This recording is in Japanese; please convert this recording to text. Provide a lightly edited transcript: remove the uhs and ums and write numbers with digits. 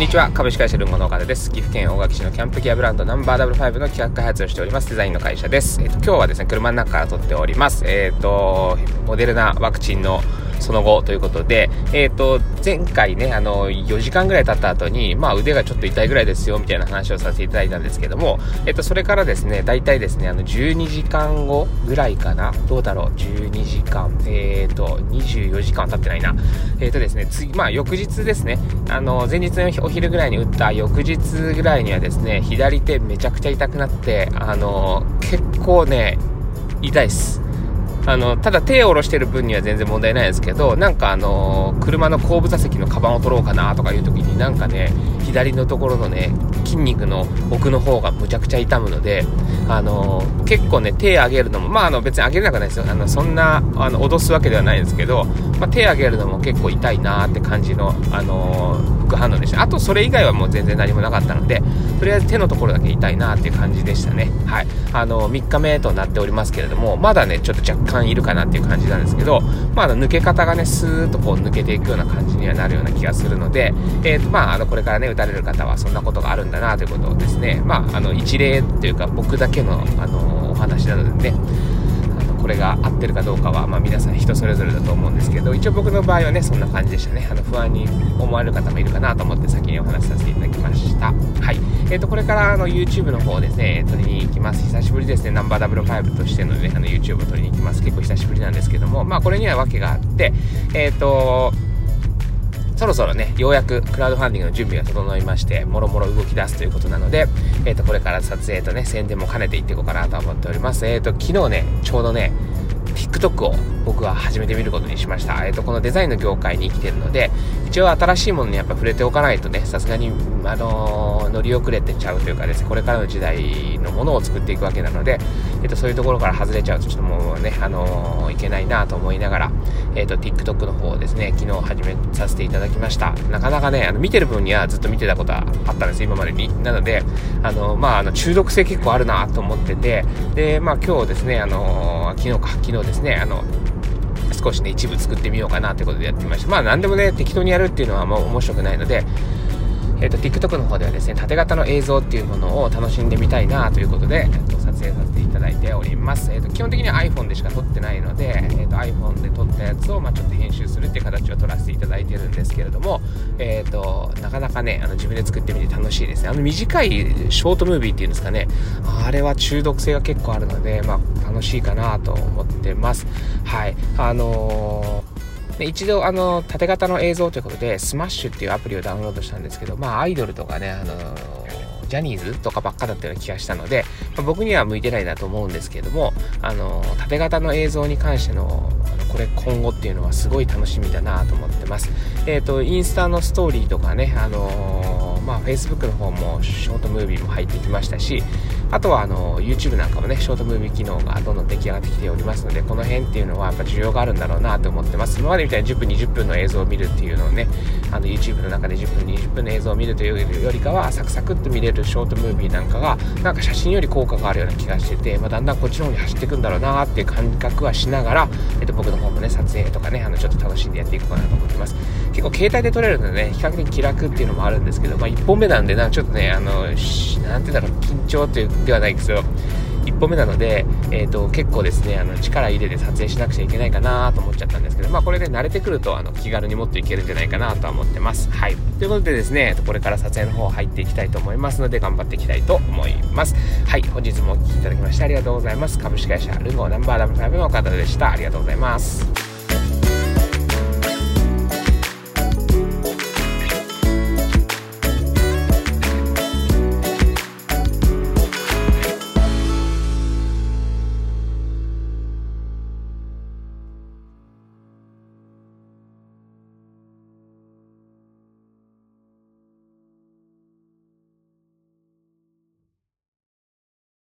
ちは、株式会社ルンゴの岡田です。岐阜県大垣市のキャンプギアブランドナンバーW5の企画開発をしておりますデザインの会社です。今日はですね、車の中から撮っております。モデルナワクチンのその後ということで、前回ね、4時間ぐらい経った後に、腕がちょっと痛いぐらいですよ、みたいな話をさせていただいたんですけども、それからですね、大体ですね、12時間後ぐらいかな、どうだろう、12時間、24時間経ってないな。ですね、翌日ですね、前日のお昼ぐらいに打った翌日ぐらいにはですね、左手めちゃくちゃ痛くなって、結構ね、痛いです。ただ手を下ろしてる分には全然問題ないですけど、車の後部座席のカバンを取ろうかなとかいう時に左のところのね、筋肉の奥の方がむちゃくちゃ痛むので、結構ね、手上げるのも、別に上げれなくないですよ。そんな、脅すわけではないんですけど、手上げるのも結構痛いなって感じの、副反応でした。あと、それ以外はもう全然何もなかったので、とりあえず手のところだけ痛いなっていう感じでしたね。はい。3日目となっておりますけれども、まだね、ちょっと若干いるかなっていう感じなんですけど、抜け方がね、スーッとこう抜けていくような感じにはなるような気がするので、これからね、打たれる方はそんなことがあるんだなということをですね、一例というか僕だけの、お話なのでね、これが合ってるかどうかは、皆さん人それぞれだと思うんですけど、一応僕の場合はね、そんな感じでしたね。不安に思われる方もいるかなと思って先にお話しさせていただきました。はい。これからYouTube の方ですね、撮りに行きます。久しぶりですね、ナンバー W5 としてのね、YouTube を撮りに行きます。結構久しぶりなんですけども、これには訳があって、そろそろね、ようやくクラウドファンディングの準備が整いまして、もろもろ動き出すということなので、これから撮影とね、宣伝も兼ねていっていこうかなと思っております。昨日ね、ちょうどね、TikTok を僕は始めてみることにしました。このデザインの業界に生きているので、一応新しいものにやっぱ触れておかないとね、さすがに、乗り遅れてちゃうというかですね、これからの時代のものを作っていくわけなので、そういうところから外れちゃうとちょっともうね、いけないなと思いながら、TikTok の方をですね、昨日始めさせていただきました。なかなかね、見てる分にはずっと見てたことはあったんです、今までに。なので、中毒性結構あるなと思ってて、で、今日ですね、昨日ですね、少しね、一部作ってみようかなということでやってみました。何でもね、適当にやるっていうのはもう面白くないので、TikTok の方ではですね、縦型の映像っていうものを楽しんでみたいなということで、撮影させていただいております。基本的には iPhone でしか撮ってないので、iPhone で撮ったやつをちょっと編集するっていう形を撮らせていただいてるんですけれども、なかなかね、自分で作ってみて楽しいですね。短いショートムービーっていうんですかね、あれは中毒性が結構あるので、楽しいかなと思ってます。はい。一度縦型の映像ということでスマッシュっていうアプリをダウンロードしたんですけど、アイドルとかね、ジャニーズとかばっかだったような気がしたので、僕には向いてないなと思うんですけれども、縦型の映像に関してのこれ今後っていうのはすごい楽しみだなと思ってます。インスタのストーリーとかね、Facebook の方もショートムービーも入ってきましたし、あとはYouTube なんかもね、ショートムービー機能がどんどん出来上がってきておりますので、この辺っていうのはやっぱ需要があるんだろうなと思ってます。今までみたいに10分20分の映像を見るっていうのをね、YouTube の中で10分20分の映像を見るというよりかは、サクサクっと見れるショートムービーなんかが写真より効果があるような気がしてて、だんだんこっちの方に走っていくんだろうなっていう感覚はしながら、僕の方もね、撮影とかね、ちょっと楽しんでやっていこうかなと思ってます。結構携帯で撮れるのでね、比較的気楽っていうのもあるんですけど、1本目なんでちょっとね、なんて言うんだろう、緊張ってではないですけど、1本目なので、結構ですね、力入れて撮影しなくちゃいけないかなと思っちゃったんですけど、これで慣れてくると気軽にもっといけるんじゃないかなとは思ってます。はい。ということでですね、これから撮影の方入っていきたいと思いますので、頑張っていきたいと思います。はい。本日もお聞きいただきましてありがとうございます。株式会社ルンゴナンバー W5 の岡田でした。ありがとうございます。